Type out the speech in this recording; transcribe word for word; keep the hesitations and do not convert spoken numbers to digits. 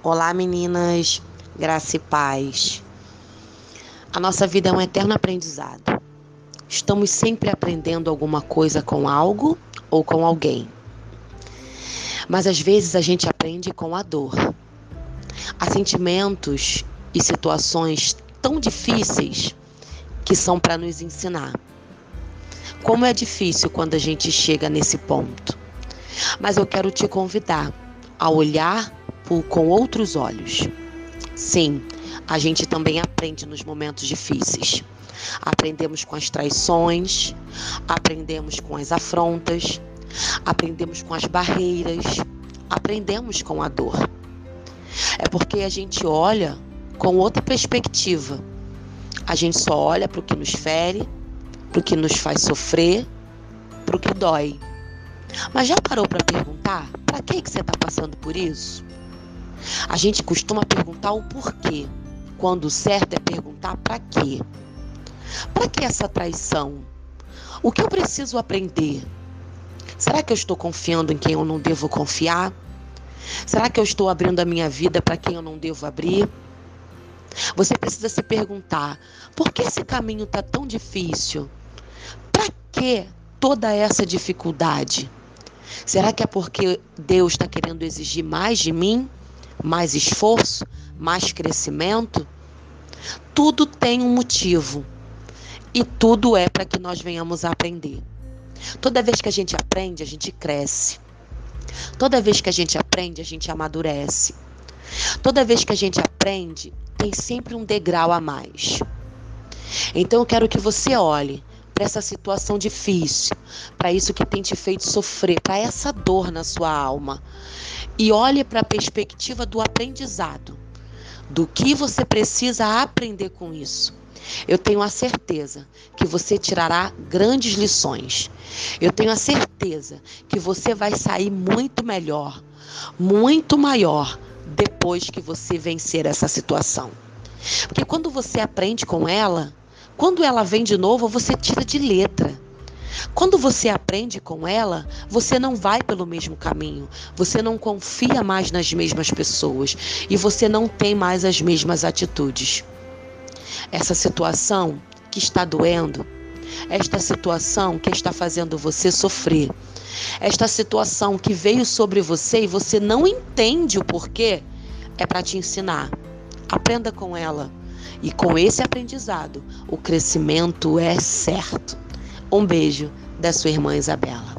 Olá, meninas, graça e paz. A nossa vida é um eterno aprendizado. Estamos sempre aprendendo alguma coisa com algo ou com alguém. Mas às vezes a gente aprende com a dor. Há sentimentos e situações tão difíceis que são para nos ensinar. Como é difícil quando a gente chega nesse ponto. Mas eu quero te convidar a olhar por, com outros olhos. Sim, a gente também aprende nos momentos difíceis. Aprendemos com as traições, aprendemos com as afrontas, aprendemos com as barreiras, aprendemos com a dor. É porque a gente olha com outra perspectiva. A gente só olha para o que nos fere, para o que nos faz sofrer, para o que dói. Mas já parou para perguntar, para que que você está passando por isso? A gente costuma perguntar o porquê, quando o certo é perguntar para quê. Para que essa traição? O que eu preciso aprender? Será que eu estou confiando em quem eu não devo confiar? Será que eu estou abrindo a minha vida para quem eu não devo abrir? Você precisa se perguntar, por que esse caminho está tão difícil? Para que toda essa dificuldade? Será que é porque Deus está querendo exigir mais de mim? Mais esforço? Mais crescimento? Tudo tem um motivo. E tudo é para que nós venhamos a aprender. Toda vez que a gente aprende, a gente cresce. Toda vez que a gente aprende, a gente amadurece. Toda vez que a gente aprende, tem sempre um degrau a mais. Então eu quero que você olhe para essa situação difícil, para isso que tem te feito sofrer, para essa dor na sua alma. E olhe para a perspectiva do aprendizado, do que você precisa aprender com isso. Eu tenho a certeza que você tirará grandes lições. Eu tenho a certeza que você vai sair muito melhor, muito maior, depois que você vencer essa situação. Porque quando você aprende com ela, quando ela vem de novo, você tira de letra. Quando você aprende com ela, você não vai pelo mesmo caminho. Você não confia mais nas mesmas pessoas. E você não tem mais as mesmas atitudes. Essa situação que está doendo, esta situação que está fazendo você sofrer, esta situação que veio sobre você e você não entende o porquê, é para te ensinar. Aprenda com ela. E com esse aprendizado, o crescimento é certo. Um beijo da sua irmã Isabela.